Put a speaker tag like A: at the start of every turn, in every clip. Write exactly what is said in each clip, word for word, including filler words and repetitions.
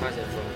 A: 他先说。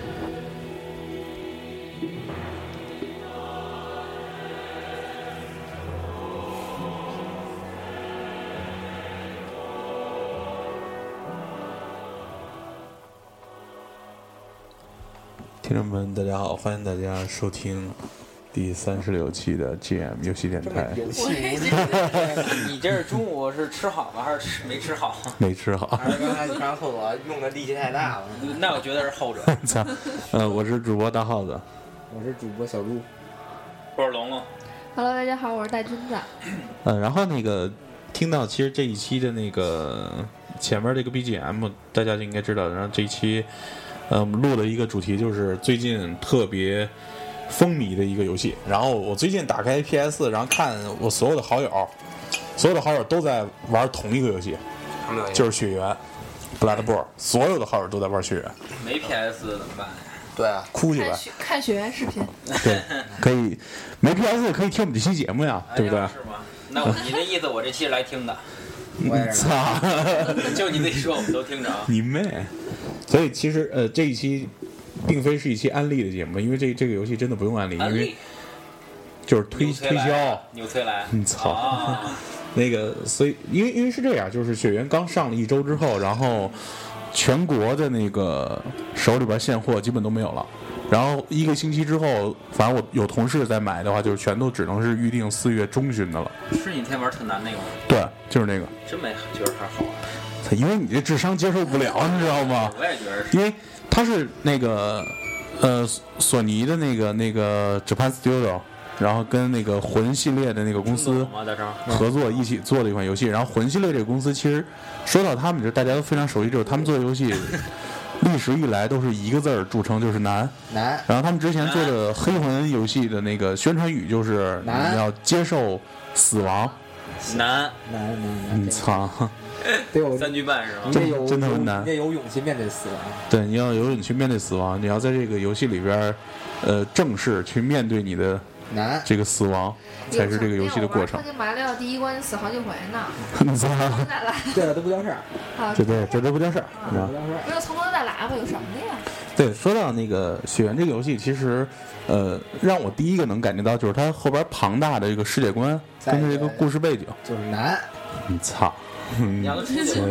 B: 听众们，大家好，欢迎大家收听第三十六期的 G M 游戏电台。
A: 你这是中午是吃好了还是吃没吃好？
B: 没吃好。
C: 还是刚才上厕所用的力气太大了。
A: 那我觉得是后者。
B: 操，呃，我是主播大耗子，
C: 我是主播小鹿，
A: 我是龙龙。
D: Hello， 大家好，我是大金子。
B: 呃，然后那个听到其实这一期的那个前面这个 B G M， 大家就应该知道，然后这一期。呃，我们录的一个主题就是最近特别风靡的一个游戏。然后我最近打开 P S， 然后看我所有的好友，所有的好友都在玩同一个游戏，就是血缘 Bloodborne， 所有的好友都在玩血缘。
A: 没 P S 怎么办？
C: 对啊，
B: 哭去吧。
D: 看血缘视频。
B: 对，可以。没 P S 可以听我们这期节目呀，对不对？
A: 哎、是吗？那我你的意思，我这期是来听的。
C: 我也是。
B: 操！
A: 就你自己说，我们都听着啊。
B: 你妹！所以其实呃这一期并非是一期安利的节目，因为这这个游戏真的不用安利，因为就是推推销。
A: 纽崔莱。
B: 你操！啊、那个，所以因为因为是这样，就是血缘刚上了一周之后，然后全国的那个手里边现货基本都没有了。然后一个星期之后，反正我有同事在买的话，就是全都只能是预定四月中旬的了。
A: 是你天玩特难那个吗？
B: 对，就是那个。
A: 真没觉得还好玩。
B: 因为你这智商接受不了，你知道吗？
A: 我也觉得是。
B: 因为他是那个呃索尼的那个那个 Japan Studio， 然后跟那个魂系列的那个公司合作一起做的一款游戏。然后魂系列这个公司其实说到他们，就大家都非常熟悉，就是他们做的游戏历史以来都是一个字儿著称，就是难
C: 难。
B: 然后他们之前做的黑魂游戏的那个宣传语就是你要接受死亡。
A: 难
C: 难难难！
B: 你操！
C: 得有
A: 三句半是吗？
C: 你得有
B: 真的很难，
C: 你得有勇气面对死亡。
B: 对，你要有勇气面对死亡，你要在这个游戏里边，呃，正式去面对你的
C: 难
B: 这个死亡，才是这个游戏的过程。
D: 他跟马里奥第一关死好几回呢。
B: 你操！
C: 这个都不叫事儿。
D: 啊，
B: 这对这都不叫事儿，
C: 不叫事儿。
D: 不是从头再来吧？有什么的呀？
B: 对，说到那个血缘这个游戏，其实，呃，让我第一个能感觉到就是它后边庞大的这个世界观跟着这个故事背景，
C: 就是难。
B: 你操！
A: 你让他出去。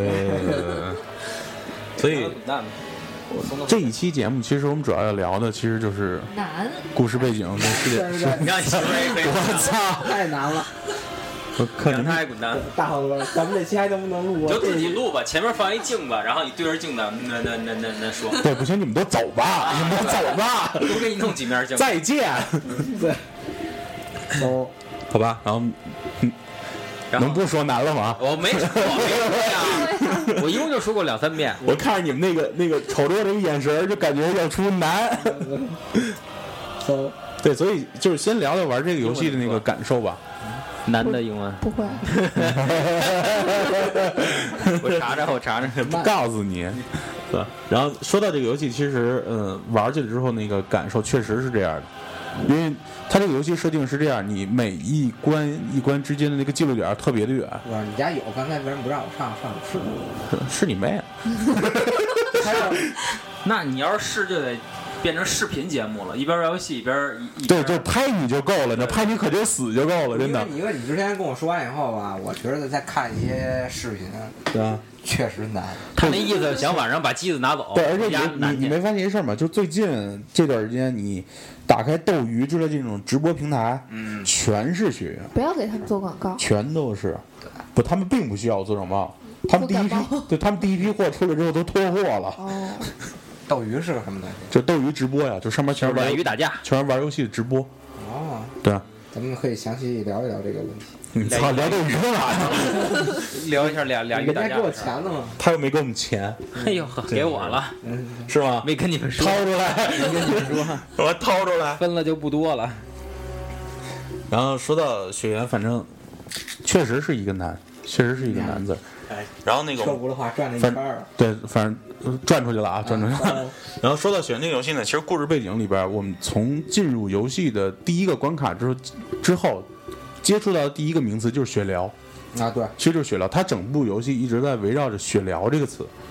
B: 所以这一期节目，其实我们主要要聊的，其实就是
D: 难
B: 故事背景跟世界。
A: 你让你媳妇也可以。
B: 我操！
C: 太难了。
B: 可能
A: 他还滚蛋！
C: 大好哥，咱们这期还能不能录？
A: 就自己录吧，前面放一镜子，然后你对着镜子那那那那那说。
B: 对，不行，你们都走吧，你们都走吧，
A: 多给你弄几面镜。
B: 再见。
C: 对。
B: 哦，好吧，然后，嗯，能不说难了吗？
A: 我没说，我没说呀，我一共就说过两三遍。
B: 我看着你们那个那个瞅着我这个眼神，就感觉要出难。对，所以就是先聊聊玩这个游戏的那个感受吧。
A: 难的英文
D: 不会。
A: 我查查，我查查，
B: 不告诉你。对，然后说到这个游戏，其实呃玩去了之后，那个感受确实是这样的，因为它这个游戏设定是这样，你每一关一关之间的那个记录点特别的远。
C: 我说你家有，刚才为什么不让我上？上你
B: 试？是你妹！
A: 那你要是试就得。变成视频节目了，一边玩游戏一边一
B: 对，就拍你就够了，那拍你可就死就够了，真的。
C: 因为你之前跟我说完以后吧，我觉得再看一些视频，
B: 对啊，
C: 确实难。
A: 他那意思想晚上把机子拿走。
B: 对，而且你你你没发现一事吗？就最近这段时间，你打开斗鱼之类这种直播平台，
A: 嗯，
B: 全是学员。
D: 不要给他们做广告。
B: 全都是，不，他们并不需要做广告，他们第一批，对他们第一批货出来之后都脱货了。
D: 哦。
C: 斗鱼是个什么东西？
B: 就斗鱼直播呀，就上面全是
A: 玩鱼打架，
B: 全是玩游戏的直播。
C: 哦，
B: 对，
C: 咱们可以详细聊一聊这个问题。
B: 你操，聊斗鱼干嘛？
A: 聊一下俩俩鱼打架。
C: 人家给我钱了吗？
B: 他又没给我们钱。
A: 哎呦呵，给我了，
B: 是吗？
A: 没跟你们说。
B: 掏出来，
A: 没跟你们说。
B: 我掏出来，
A: 分了就不多了。
B: 然后说到血缘，反正确实是一个难，确实是一个难字。
C: 哎，
B: 然后那个
C: 车轱辘话转了一圈了，
B: 对，反正转出去了啊，转出去了。然后说到血缘这个游戏呢，其实故事背景里边，我们从进入游戏的第一个关卡之后，之后接触到的第一个名词就是血疗。
C: 啊，对，
B: 其实就是血疗，它整部游戏一直在围绕着血疗这个词。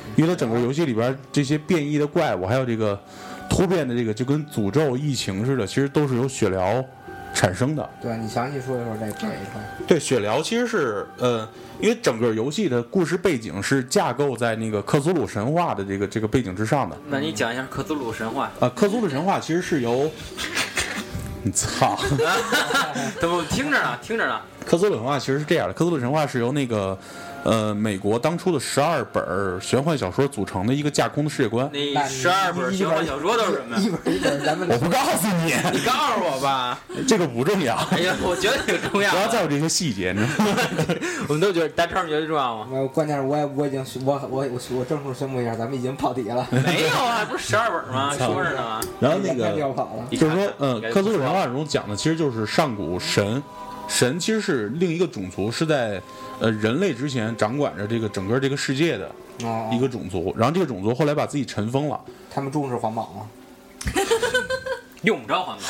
B: 因为它整个游戏里边这些变异的怪物，还有这个突变的这个，就跟诅咒、疫情似的，其实都是由血疗产生的。
C: 对你详细说一说这这一块。
B: 对，血疗其实是呃，因为整个游戏的故事背景是架构在那个克苏鲁神话的这个这个背景之上的。
A: 那你讲一下克苏鲁神话。
B: 啊、呃，克苏鲁神话其实是由，你操，
A: 怎么听着呢？听着呢。
B: 克苏鲁神话其实是这样的，克苏鲁神话是由那个呃美国当初的十二本玄幻小说组成的一个架空的世界观。
A: 那十二本玄幻小说都是什么呀？
C: 一本一本咱们
B: 我不告诉你，
A: 你告诉我吧。
B: 这个不重要。
A: 哎呀，我觉得挺重要。
B: 不要在乎这些细节，你知道吗？
A: 我们都觉得单超觉得重要吗？
C: 我关键是我也我已经我我我我正式宣布一下，咱们已经跑题了。
A: 没有啊，不是十二本吗？说着呢。
B: 然后那
C: 太
B: 个
C: 掉跑了。
B: 就是说，嗯，克苏鲁神话中讲的其实就是上古神。神其实是另一个种族，是在呃人类之前掌管着这个整个这个世界的一个种族，然后这个种族后来把自己尘封了。
C: 他们重视环保吗？
A: 用不着环保。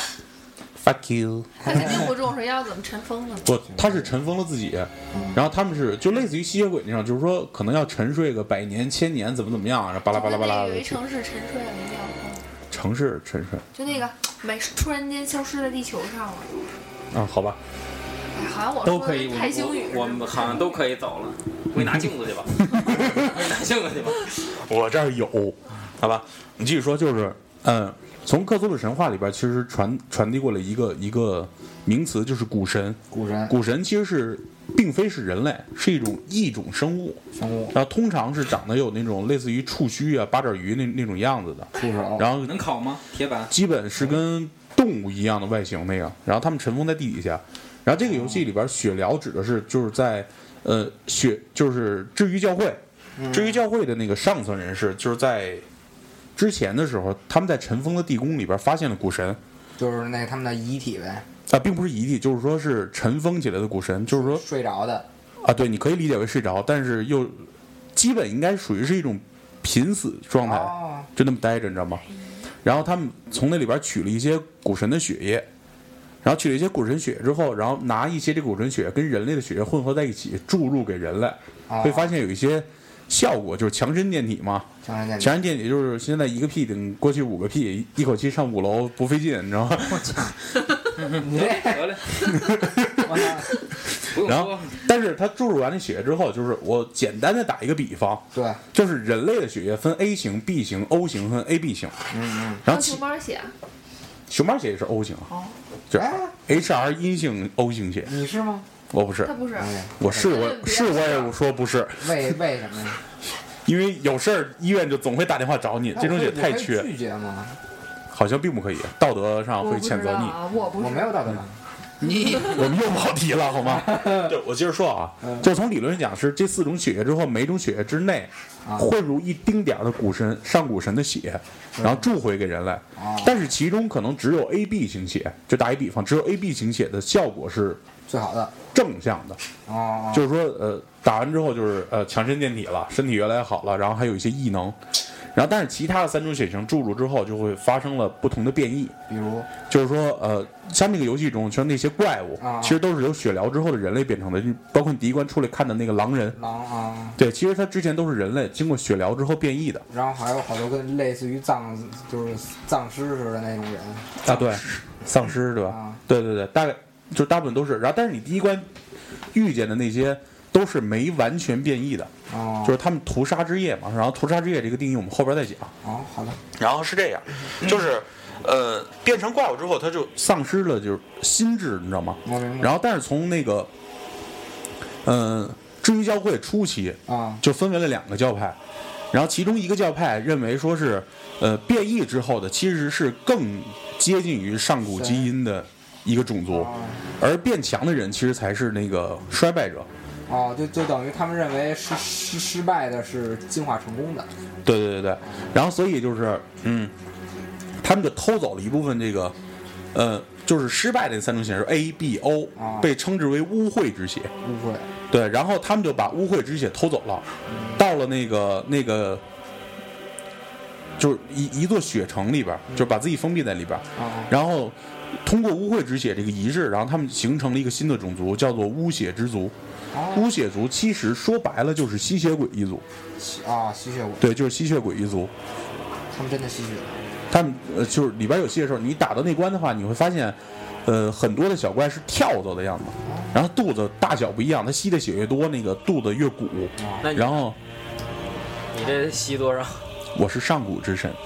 B: Fuck you！
D: 他肯定不重视，要怎么尘封呢？
B: 不，他是尘封了自己，然后他们是就类似于吸血鬼那样，就是说可能要沉睡个百年、千年，怎么怎么样，然后巴拉巴拉巴拉的。
D: 有一城市沉睡了，一定要
B: 城市沉睡。
D: 就那个没突然间消失在地球上了。
B: 啊，好吧。
D: 好像我
A: 都可以，
D: 太星语
A: 我们好像都可以走了。回拿镜子去吧，回拿镜子去吧。
B: 我这儿有，好吧？你继续说，就是嗯，从克苏鲁神话里边，其实传传递过了一个一个名词，就是古神。
C: 古神，
B: 古神其实是并非是人类，是一种异种生物。
C: 生物，
B: 然后通常是长得有那种类似于触须啊、八爪鱼那那种样子的。
C: 触手。
B: 然后
A: 能烤吗？铁板。
B: 基本是跟动物一样的外形那样，然后他们尘封在地底下。然后这个游戏里边血疗指的是就是在呃血就是治愈教会，治愈教会的那个上层人士就是在之前的时候，他们在尘封的地宫里边发现了古神，
C: 就是那他们的遗体呗。
B: 啊，并不是遗体，就是说是尘封起来的古神，就是说
C: 睡着的。
B: 啊，对，你可以理解为睡着，但是又基本应该属于是一种濒死状态，
C: 哦、
B: 就那么待着，你知道吗？然后他们从那里边取了一些古神的血液。然后取了一些古神血之后，然后拿一些这个古神血跟人类的血液混合在一起，注入给人类，
C: 哦、
B: 会发现有一些效果，就是强身健体嘛。
C: 强身健体，
B: 强身健体就是现在一个屁顶过去五个屁，一口气上五楼不费劲，你知道吗？
A: 我操！你得嘞。
B: 然后，但是他注入完了血液之后，就是我简单的打一个比方，
C: 对，
B: 就是人类的血液分 A 型、B 型、O 型和 A B 型。
C: 嗯嗯。
B: 然后
D: 熊猫血。
B: 熊猫血也是 O 型啊。
D: 哦。
B: 就是 H R 阴性 O 型血。
C: 你是吗？
B: 我不是。
D: 他不是。
B: 我是我是我也说不是。
C: 为为什么呀？
B: 因为有事儿医院就总会打电话找你，这种血太缺。
C: 拒绝吗？
B: 好像并不可以，道德上会谴责你。
D: 我不是，
C: 我没有道德上。
A: 你
B: 我们又跑题了，好吗？对，我接着说啊，就从理论上讲是这四种血液之后，每种血液之内混入一丁点的古神上古神的血，然后注回给人类。但是其中可能只有 A B 型血，就打一比方，只有 A B 型血的效果是
C: 最好的，
B: 正向的。
C: 哦，
B: 就是说，呃，打完之后就是呃强身健体了，身体越来越好了，然后还有一些异能。然后，但是其他的三种血型注入之后，就会发生了不同的变异。
C: 比如，
B: 就是说，呃，像那个游戏中，像那些怪物，
C: 啊、
B: 其实都是由血疗之后的人类变成的。包括你第一关出来看的那个狼人，
C: 狼啊，
B: 对，其实它之前都是人类经过血疗之后变异的。
C: 然后还有好多跟类似于丧，就是丧尸似的那种人。
B: 啊，对，丧尸对吧？
C: 啊、
B: 对对对，大概就大部分都是。然后，但是你第一关遇见的那些都是没完全变异的。
C: 哦，
B: 就是他们屠杀之夜嘛，然后屠杀之夜这个定义我们后边再讲。
C: 哦，好的。
B: 然后是这样，就是呃，变成怪物之后，他就丧失了就是心智，你知道吗？
C: 我明白。
B: 然后，但是从那个，嗯、呃，至于教会初期
C: 啊，
B: 就分为了两个教派，然后其中一个教派认为说是，呃，变异之后的其实是更接近于上古基因的一个种族，而变强的人其实才是那个衰败者。
C: 哦，就就等于他们认为失失失败的是进化成功的。
B: 对对对对，然后所以就是嗯，他们就偷走了一部分这个，呃，就是失败的那三种血是 A B O，、
C: 啊、
B: 被称之为污秽之血。
C: 污秽。
B: 对，然后他们就把污秽之血偷走了，嗯、到了那个那个，就是一一座血城里边，嗯、就把自己封闭在里边，
C: 啊、
B: 然后通过污秽之血这个仪式，然后他们形成了一个新的种族，叫做污血之族。
C: 哦
B: 巫血族其实说白了就是吸血鬼一族，
C: 吸啊，吸血鬼，
B: 对，就是吸血鬼一族。
C: 他们真的吸血。
B: 他们呃，就是里边有戏的时候，你打到那关的话，你会发现，呃，很多的小怪是跳蚤的样子，然后肚子大小不一样，它吸的血越多，那个肚子越鼓。
E: 那你
B: 然后
E: 你这吸多少？
B: 我是上古之神。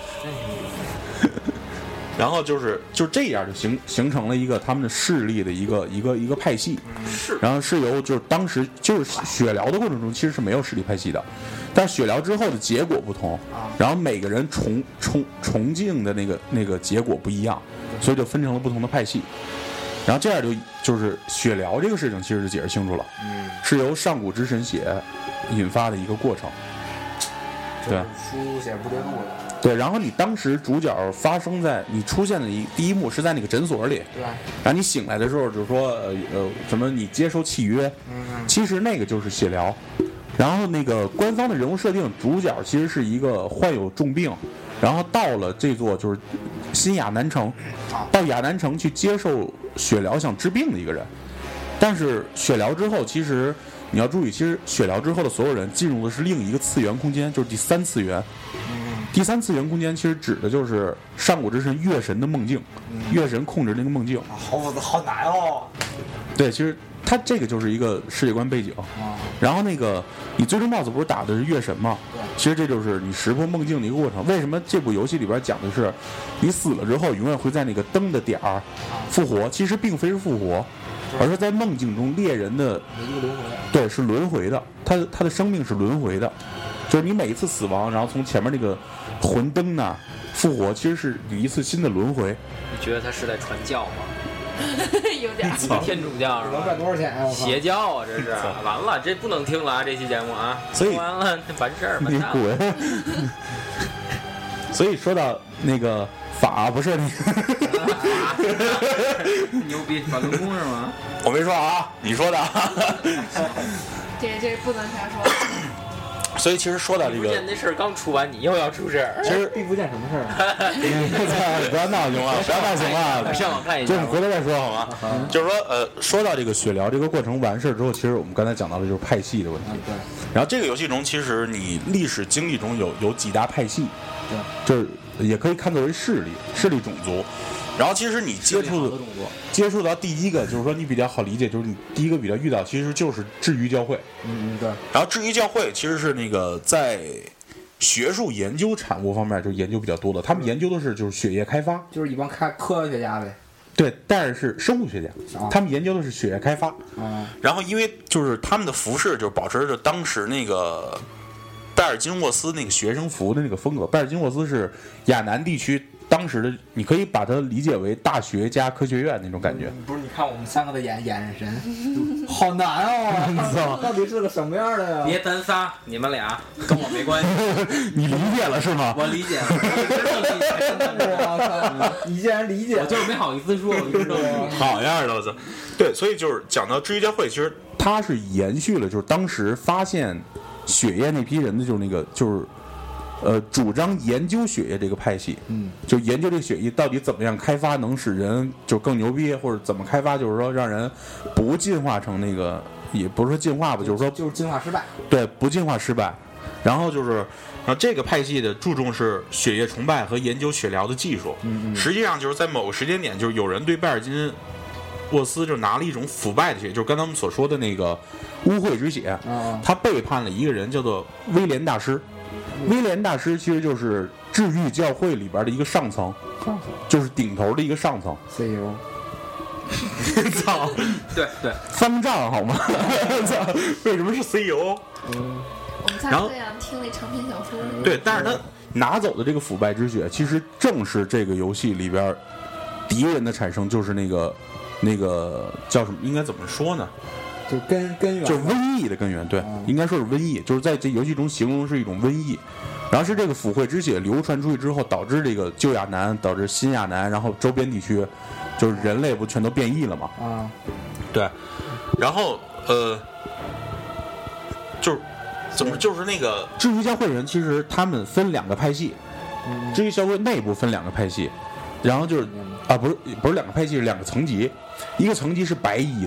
B: 然后就是就这样就形形成了一个他们的势力的一个一个一个派系，
A: 是
B: 然后是由就是当时就是血疗的过程中其实是没有势力派系的，但是血疗之后的结果不同，然后每个人重重重境的那个那个结果不一样，所以就分成了不同的派系，然后这样就就是血疗这个事情其实就解释清楚了，
C: 嗯，
B: 是由上古之神血引发的一个过程，对。
C: 书写不对路的。
B: 对，然后你当时主角发生在你出现的一第一幕是在那个诊所里，
C: 对，
B: 然后你醒来的时候就是说呃呃什么你接受契约，
C: 嗯，
B: 其实那个就是血疗，然后那个官方的人物设定，主角其实是一个患有重病，然后到了这座就是新亚南城，到亚南城去接受血疗想治病的一个人，但是血疗之后其实你要注意，其实血疗之后的所有人进入的是另一个次元空间，就是第三次元。第三次元空间其实指的就是上古之神月神的梦境，月神控制那个梦境。
C: 好好难哦。
B: 对，其实它这个就是一个世界观背景。
C: 啊，
B: 然后那个你最终 boss 不是打的是月神吗？
C: 对。
B: 其实这就是你识破梦境的一个过程。为什么这部游戏里边讲的是你死了之后永远会在那个灯的点儿复活？其实并非是复活，而是在梦境中猎人的
C: 一个轮回。
B: 对，是轮回的，他他的生命是轮回的，就是你每一次死亡，然后从前面那个魂灯呢复活，其实是你一次新的轮回。
E: 你觉得他是在传教吗？
D: 有点儿。
E: 天主教是
C: 能赚
E: 吧？
C: 多少钱啊？我靠！
E: 邪教啊，这是完了，这不能听了啊！这期节目啊，
B: 所以
E: 听完了完事儿，
B: 你
E: 完蛋了。
B: 滚！所以说到那个法，不是那个
A: 牛逼，法轮功是吗？
B: 我没说啊，你说的。
D: 这这不能瞎说。
B: 所以其实说到这个
E: 不见，那事儿刚出完，你又要出事儿。
B: 其实
C: 毕福剑什么事儿啊？
B: 你不要闹行吗？不要闹行吗？
E: 上网看一下
B: 就是。回头再说好吗？就是说，呃，说到这个血疗这个过程完事之后，其实我们刚才讲到的就是派系的问题。
C: 嗯，对，
B: 然后这个游戏中，其实你历史经历中有有几大派系，
C: 对，
B: 就是也可以看作为势力、势力种族。然后其实你接触
A: 的动作，
B: 接触到第一个，就是说你比较好理解，就是你第一个比较遇到，其实就是治愈教会。
C: 嗯嗯对，
B: 然后治愈教会其实是那个在学术研究产物方面就是研究比较多的，他们研究的是就是血液开发，
C: 就是一帮开科学家呗。
B: 对，但是是生物学家，
C: 啊
B: 他们研究的是血液开发。
C: 啊，
B: 然后因为就是他们的服饰就保持着当时那个拜尔金沃斯那个学生服的那个风格。拜尔金沃斯是亚南地区当时的，你可以把它理解为大学加科学院那种感觉。
C: 不是，你看我们三个的眼眼神，好难哦！到底是个什么样的呀？
A: 别咱仨，你们俩跟我没关系，
B: 你理解了是吗？
A: 我理解了，我一直都理解，真的
C: 我操！你竟然理解
A: 我就是没好意思说，我一直都理解。
B: 好样的，我操！对，所以就是讲到治愈教会，其实它是延续了，就是当时发现血液那批人的，就是那个就是。呃，主张研究血液这个派系，
C: 嗯，
B: 就研究这个血液到底怎么样开发能使人就更牛逼，或者怎么开发，就是说让人不进化成那个，也不是说进化吧，就是说
C: 就是进化失败。
B: 对，不进化失败。然后就是，啊，这个派系的注重是血液崇拜和研究血疗的技术。
C: 嗯嗯，
B: 实际上就是在某个时间点，就是有人对拜尔金沃斯就拿了一种腐败的血，就是刚才我们所说的那个污秽之血，
C: 啊，
B: 他背叛了一个人，叫做威廉大师。威廉大师其实就是治愈教会里边的一个上层，
C: 上层
B: 就是顶头的一个上层。
C: C E O。
B: 操，
A: 对对，
B: 方丈好吗？操，为什么是 C E O？
C: 嗯，
D: 我们仨
B: 然后
D: 这样听那长篇小说。
B: 对，但是他拿走的这个腐败之血，其实正是这个游戏里边敌人的产生，就是那个那个叫什么？应该怎么说呢？
C: 就根根源，
B: 就是瘟疫的根源，对，
C: 嗯
B: 应该说是瘟疫，就是在这游戏中形容是一种瘟疫，然后是这个腐秽之血流传出去之后，导致这个旧亚南，导致新亚南，然后周边地区，就是人类不全都变异了嘛？
C: 啊，
B: 对，然后呃，就是怎么就是那个治愈教会人，其实他们分两个派系，
C: 嗯
B: 治愈教会内部分两个派系，然后就是啊不是不是两个派系，是两个层级，一个层级是白衣的。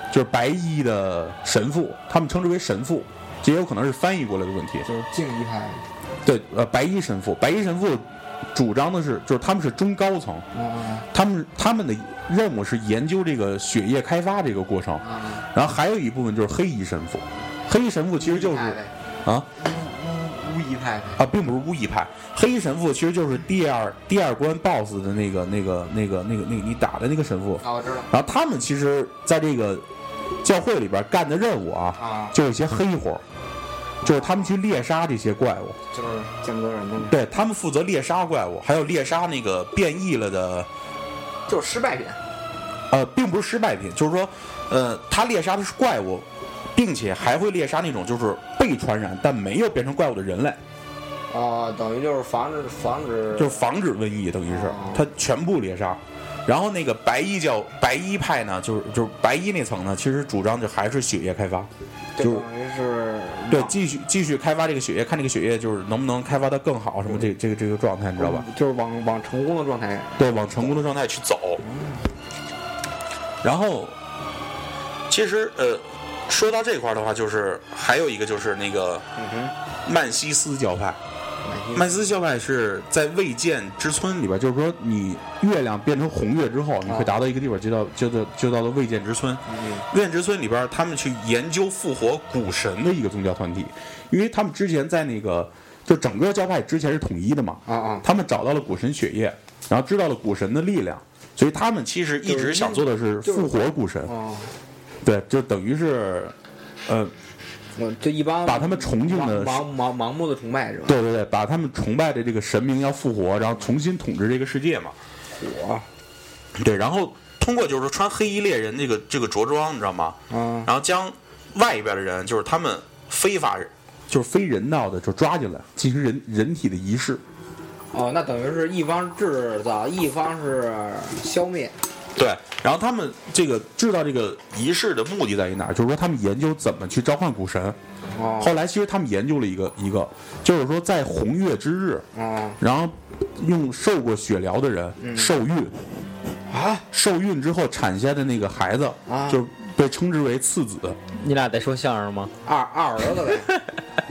B: 就是白衣的神父，他们称之为神父，这也有可能是翻译过来的问题。
C: 就是净一派。
B: 对，呃，白衣神父，白衣神父主张的是，就是他们是中高层，
C: 嗯
B: 他们他们的任务是研究这个血液开发这个过程，
C: 嗯
B: 然后还有一部分就是黑衣神父，黑衣神父其实就是啊。
C: 巫医派
B: 啊，并不是巫医派，黑衣神父其实就是第二第二关 boss 的那个那个那个那个那个你打的那个神父。
C: 啊，我知道。
B: 然后他们其实在这个教会里边干的任务啊，
C: 啊
B: 就有一些黑活，就是他们去猎杀这些怪物，
C: 就是见不得人的。
B: 对他们负责猎杀怪物，还有猎杀那个变异了的，
C: 就是失败品。
B: 呃，并不是失败品，就是说，呃，他猎杀的是怪物。并且还会猎杀那种就是被传染但没有变成怪物的人类，
C: 哦，等于就是防止防止，
B: 就是防止瘟疫，等于是他全部猎杀。然后那个白衣教白衣派呢，就是就是白衣那层呢，其实主张就还是血液开发，
C: 就等于是
B: 对继续继续开发这个血液，看这个血液就是能不能开发的更好，什么这这个这个状态，你知道吧？
C: 就是往往成功的状态，
B: 对，往成功的状态去走。然后，其实呃。说到这块的话，就是还有一个就是那个曼西斯教派。曼西斯教派是在未见之村里边，就是说你月亮变成红月之后，你会达到一个地方，就到就到就到了未见之村。未见之村里边，他们去研究复活古神的一个宗教团体，因为他们之前在那个就整个教派之前是统一的嘛，
C: 啊啊，
B: 他们找到了古神血液，然后知道了古神的力量，所以他们其实一直想做的是复活古神。对，就等于是，呃，
C: 就一帮
B: 把他们崇敬的
C: 盲盲盲目的崇拜者，
B: 对对对，把他们崇拜的这个神明要复活，然后重新统治这个世界嘛。
C: 火，
B: 对，然后通过就是穿黑衣猎人这个这个着装，你知道吗？
C: 嗯，
B: 然后将外边的人，就是他们非法，就是非人道的，就抓进来进行人人体的仪式。
C: 哦，那等于是一方制造，一方是消灭。
B: 对，然后他们这个制造这个仪式的目的在于哪儿？就是说他们研究怎么去召唤古神。
C: 哦。
B: 后来其实他们研究了一个一个，就是说在红月之日，
C: 哦，
B: 然后用受过血疗的人、嗯、受孕，
C: 啊，
B: 受孕之后产下的那个孩子，啊，就被称之为次子。
E: 你俩得说相声吗？
C: 二二儿子呗。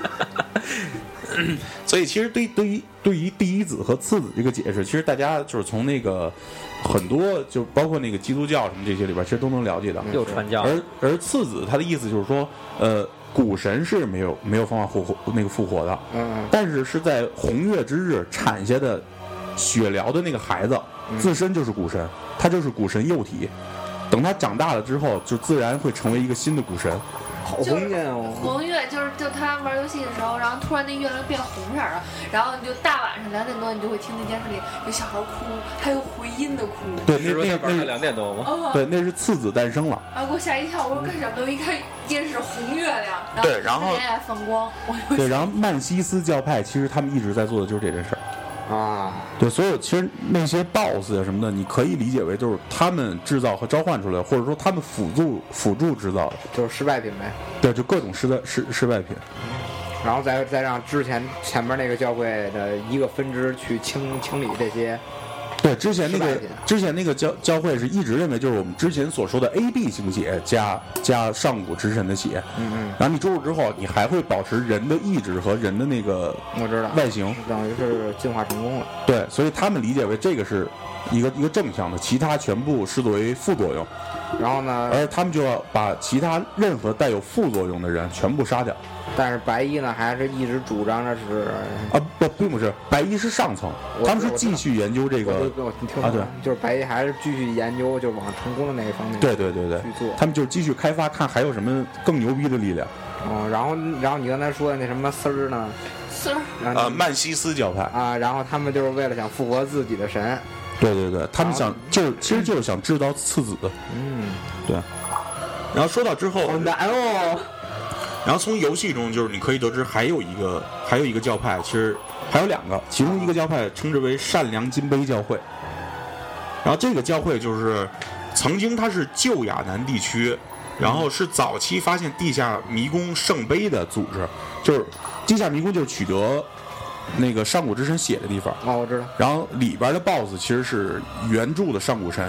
B: 所以其实对对于对于第一子和次子这个解释，其实大家就是从那个很多就包括那个基督教什么这些里边，其实都能了解到。
E: 又传教。
B: 而而次子他的意思就是说，呃，古神是没有没有方法复活那个复活的，
C: 嗯，
B: 但是是在红月之日产下的血疗的那个孩子，自身就是古神，他就是古神幼体。等他长大了之后，就自然会成为一个新的古神。
C: 好封建哦！
D: 红月就是就他玩游戏的时候，然后突然那月亮变红色了，然后你就大晚上两点多，你就会听那电视里有小孩哭，还有回音的哭。
B: 对，那那那
E: 是两点多吗？
D: 哦、
B: 对，那是次子诞生了。
D: 然后给我吓一跳，我说干什么？我一看电视红月亮，
B: 对，然后
D: 也放光。我
B: 对，然后曼西斯教派其实他们一直在做的就是这件事儿。
C: 啊，
B: 对，所有其实那些 boss 啊什么的，你可以理解为就是他们制造和召唤出来，或者说他们辅助辅助制造的，
C: 就是失败品呗。
B: 对，就各种失败失失败品，
C: 然后再再让之前前面那个教会的一个分支去清清理这些。
B: 对，之前那个之前那个教教会是一直认为就是我们之前所说的 A B 型血加加上古之神的血，
C: 嗯嗯，
B: 然后你注入之后，你还会保持人的意志和人的那个
C: 我知道
B: 外形，
C: 等于是进化成功了。
B: 对，所以他们理解为这个是一个一个正向的，其他全部视作为副作用。
C: 然后呢，
B: 而他们就要把其他任何带有副作用的人全部杀掉。
C: 但是白衣呢，还是一直主张着是
B: 啊不，并不是，白衣是上层，他们是继续研究这个
C: 啊，对，就是白衣还是继续研究，就往成功的那一方面，
B: 对对对对，
C: 去做。
B: 他们就继续开发，看还有什么更牛逼的力量。
C: 哦，然后然后你刚才说的那什么丝儿呢？
D: 丝儿
B: 啊，曼西斯教派
C: 啊，然后他们就是为了想复活自己的神。
B: 对对对，他们想就是其实就是想制造次子。
C: 嗯，
B: 对。然后说到之后，
C: 好难哦。
B: 然后从游戏中就是你可以得知，还有一个还有一个教派，其实还有两个，其中一个教派称之为善良金杯教会。然后这个教会就是曾经它是旧亚南地区，然后是早期发现地下迷宫圣杯的组织，就是地下迷宫就是取得那个上古之神血的地方。
C: 哦，我知道。
B: 然后里边的 boss 其实是原著的上古神，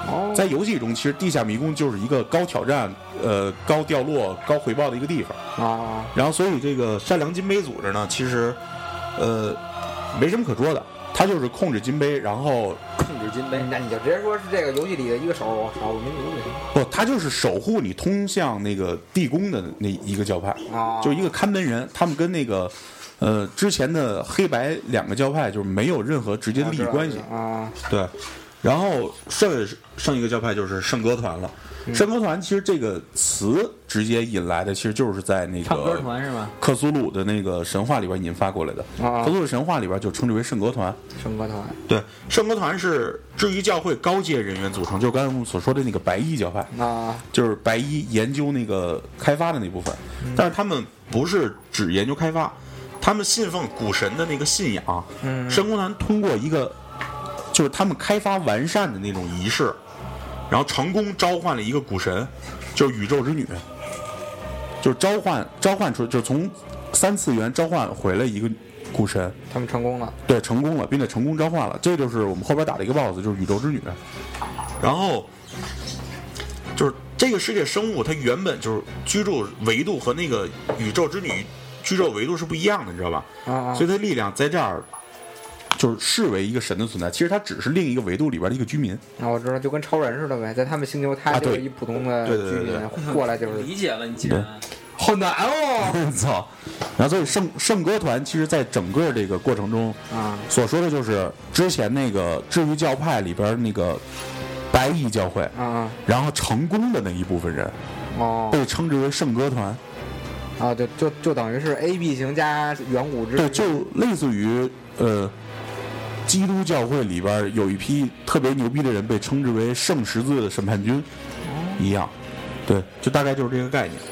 C: 哦，
B: 在游戏中，其实地下迷宫就是一个高挑战、呃高掉落、高回报的一个地方
C: 啊。
B: 然后，所以这个善良金杯组织呢，其实呃没什么可说的，它就是控制金杯，然后
E: 控制金杯。
C: 那你就直接说是这个游戏里的一个守少数民族就行。
B: 不，它就是守护你通向那个地宫的那一个教派，
C: 啊，
B: 就一个看门人，他们跟那个。呃，之前的黑白两个教派就是没有任何直接的利益关系
C: 啊。
B: 对，然后剩剩一个教派就是圣歌团了。嗯、圣歌团其实这个词直接引来的，其实就是在那个
A: 唱歌团是吧？
B: 克苏鲁的那个神话里边引发过来的。
C: 啊，
B: 克苏鲁神话里边就称之为圣歌团。
C: 圣歌团。
B: 对，圣歌团是至于教会高阶人员组成，就是刚才我们所说的那个白衣教派
C: 啊，
B: 就是白衣研究那个开发的那部分，嗯、但是他们不是只研究开发。他们信奉古神的那个信仰，
C: 嗯，
B: 圣歌团通过一个，就是他们开发完善的那种仪式，然后成功召唤了一个古神，就是宇宙之女，就是召唤召唤出，就是从三次元召唤回来一个古神，
C: 他们成功了，
B: 对，成功了，并且成功召唤了，这就是我们后边打的一个 boss， 就是宇宙之女，然后就是这个世界生物，它原本就是居住维度和那个宇宙之女。居住维度是不一样的，你知道吧？
C: 啊，
B: 所以它力量在这儿就是视为一个神的存在，其实它只是另一个维度里边的一个居民。
C: 啊，我知道，就跟超人似的呗，在他们星球，他就是一普通的居民，
B: 对对对对
C: 过来就是
A: 理解了，你既然
C: 好难哦，
B: 操！然后所以圣圣歌团其实在整个这个过程中
C: 啊，
B: 所说的就是之前那个至于教派里边那个白衣教会
C: 啊，
B: 然后成功的那一部分人，
C: 哦，
B: 被称之为圣歌团。
C: 啊，就就就等于是 A B 型加远古之，
B: 对，就类似于呃，基督教会里边有一批特别牛逼的人被称之为圣十字的审判军、哦、一样，对，就大概就是这个概念。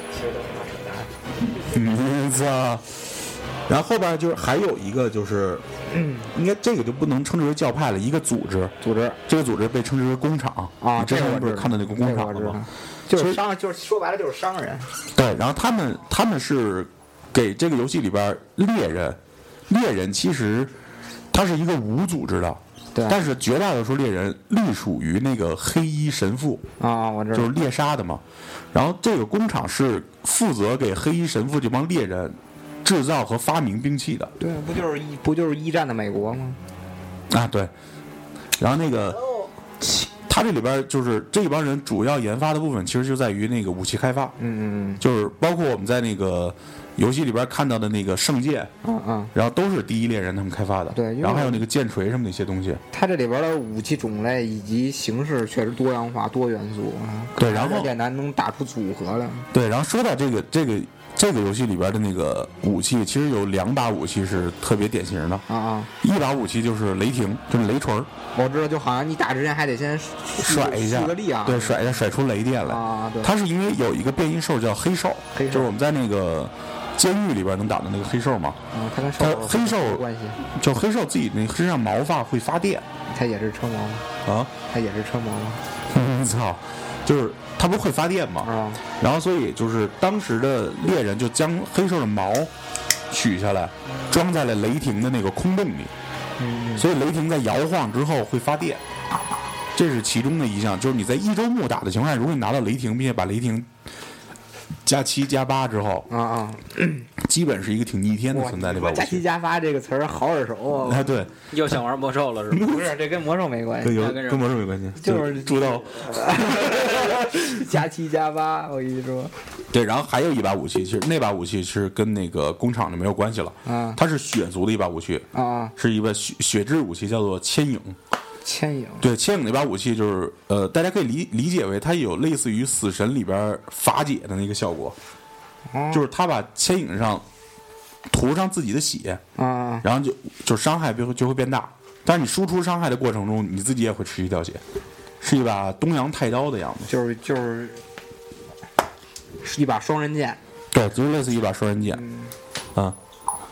B: 嗯，操！然后后边就是还有一个就是，嗯，应该这个就不能称之为教派了，一个组织，
C: 组织，
B: 这个组织被称之为工厂
C: 啊。
B: 你之前不是看到那个工厂了吗？
C: 就是商，就是说白了就是商人。
B: 对，然后他们他们是给这个游戏里边猎人，猎人其实他是一个无组织的，
C: 对，
B: 但是绝大多数猎人隶属于那个黑衣神父
C: 啊，我知道，
B: 就是猎杀的嘛。然后这个工厂是负责给黑衣神父这帮猎人制造和发明兵器的。
C: 对，不就是一不就是一战的美国吗？
B: 啊，对。然后那个。他这里边就是这一帮人主要研发的部分，其实就在于那个武器开发。
C: 嗯嗯，
B: 就是包括我们在那个游戏里边看到的那个圣剑，
C: 嗯嗯，
B: 然后都是第一猎人他们开发的。
C: 对，
B: 然后还有那个剑锤什么的一些东西。
C: 它这里边的武器种类以及形式确实多样化、多元素。
B: 对，然后
C: 简单能打出组合来。
B: 对，然后说到这个这个这个游戏里边的那个武器，其实有两把武器是特别典型的。
C: 啊啊，
B: 一把武器就是雷霆，就是雷锤。
C: 我知道，就好像你打之前还得先
B: 甩一下，
C: 个力啊，
B: 对，甩一下，甩出雷电来
C: 啊。对，
B: 它是因为有一个变异兽叫黑兽，
C: 黑兽
B: 就是我们在那个监狱里边能打的那个黑兽嘛。
C: 嗯，它跟
B: 它黑兽
C: 有关系，
B: 就黑兽自己那身上毛发会发电。
C: 它也是车毛吗？
B: 啊，
C: 它也是车毛吗？
B: 嗯，操，就是它不是会发电嘛？
C: 啊，
B: 然后所以就是当时的猎人就将黑兽的毛取下来，装在了雷霆的那个空洞里。
C: 嗯，
B: 所以雷霆在摇晃之后会发电，这是其中的一项。就是你在一周目打的情况下，如果你拿到雷霆，并且把雷霆加七加八之后，
C: 啊啊，
B: 基本是一个挺逆天的存在，对吧？
C: 加七加八这个词儿好耳熟啊！
B: 啊，对，
E: 又想玩魔兽了是吗？
C: 不是，这跟魔兽没关系，
B: 有跟魔兽没关系，
C: 就是
B: 猪刀
C: 加七加八，我跟你说。
B: 对，然后还有一把武器，其实那把武器是跟那个工厂就没有关系了
C: 啊，
B: 它是血族的一把武器
C: 啊，
B: 是一把血血之武器，叫做牵引。
C: 牵引，
B: 对，牵引那把武器就是呃，大家可以理理解为它有类似于死神里边法解的那个效果，
C: 哦、
B: 就是他把牵引上涂上自己的血
C: 啊，
B: 然后就就伤害就会就会变大，但是你输出伤害的过程中，你自己也会持续掉血，是一把东洋太刀的样子，
C: 就是就是是一把双刃剑，
B: 对，就是类似于一把双刃剑，嗯，啊，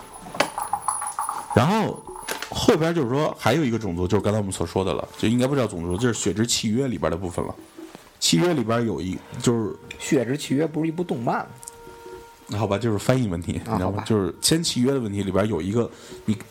B: 然后。后边就是说还有一个种族，就是刚才我们所说的了，就应该不叫种族，就是血之契约里边的部分了。契约里边有一就是
C: 血之契约不是一部动漫
B: 吗？好吧，就是翻译问题，你知道吗？就是签契约的问题里边有一个，你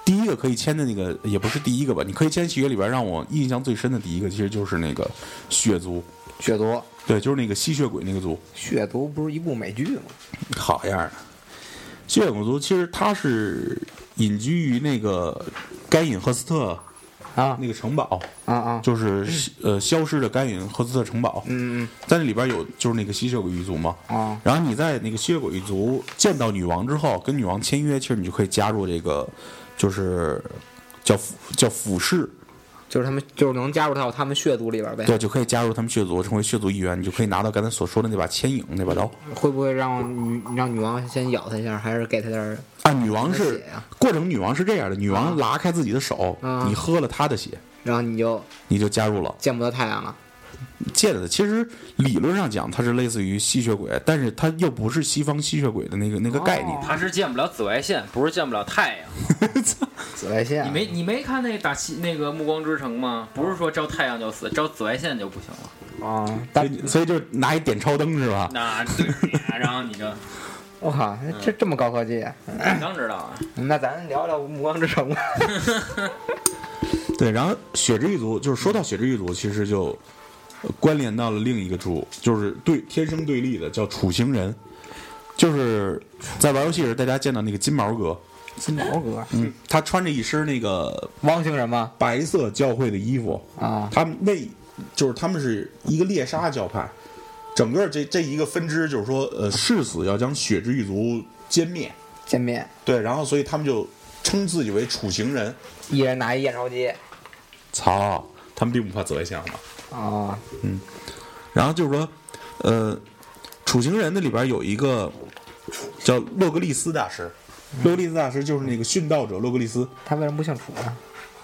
B: 第一个可以签的那个也不是第一个吧，你可以签契约里边让我印象最深的第一个，其实就是那个血族。
C: 血族，
B: 对，就是那个吸血鬼那个族。
C: 血族不是一部美剧吗？
B: 好样的！吸血鬼族其实它是隐居于那个该隐赫斯特
C: 啊
B: 那个城堡
C: 啊啊，
B: 就是呃消失的该隐赫斯特城堡。
C: 嗯嗯，
B: 在那里边有就是那个吸血鬼一族嘛。
C: 啊，
B: 然后你在那个吸血鬼一族见到女王之后，跟女王签约，其实你就可以加入这个，就是叫叫俯视。
C: 就是他们就是能加入到他们血族里边呗。
B: 对，就可以加入他们血族，成为血族一员，你就可以拿到刚才所说的那把牵引那把刀。
C: 会不会让女让女王先咬他一下，还是给他点儿？
B: 啊，女王是
C: 血呀
B: 过程，女王是这样的，女王拉开自己的手，
C: 啊
B: 你喝了她的血，
C: 然后你就
B: 你就加入了。
C: 见不得太阳了。
B: 见的其实理论上讲，它是类似于吸血鬼，但是它又不是西方吸血鬼的那个那个概念。
E: 他是见不了紫外线，不是见不了太阳。
C: 紫外线，
E: 你没你没看那打西那个《暮光之城》吗？不是说照太阳就死，照紫外线就不行了。
C: 啊，
B: 所
C: 但
B: 以所以就拿一点超灯是吧？
E: 那对，然后你就
C: 我靠，这这么高科技，
E: 你刚知道啊。
C: 那咱聊聊《暮光之城》吧。
B: 对，然后血之一族就是说到血之一族，其实就关联到了另一个族，就是对天生对立的，叫楚行人。就是在玩游戏时，大家见到那个金毛哥，
C: 金毛哥，
B: 嗯，他穿着一身那个
C: 汪星人吗？
B: 白色教会的衣服
C: 啊，
B: 他们那就是他们是一个猎杀教派，整个这这一个分支就是说，呃，誓死要将血之一族歼灭。
C: 见面，
B: 对，然后所以他们就称自己为楚行人。
C: 一人拿一验钞机。
B: 操，他们并不怕紫外线嘛。
C: 啊，
B: 嗯，然后就是说，呃，楚行人的里边有一个叫洛格利斯大师，洛格利斯大师就是那个殉道者洛格利斯。
C: 他为什么不姓楚呢？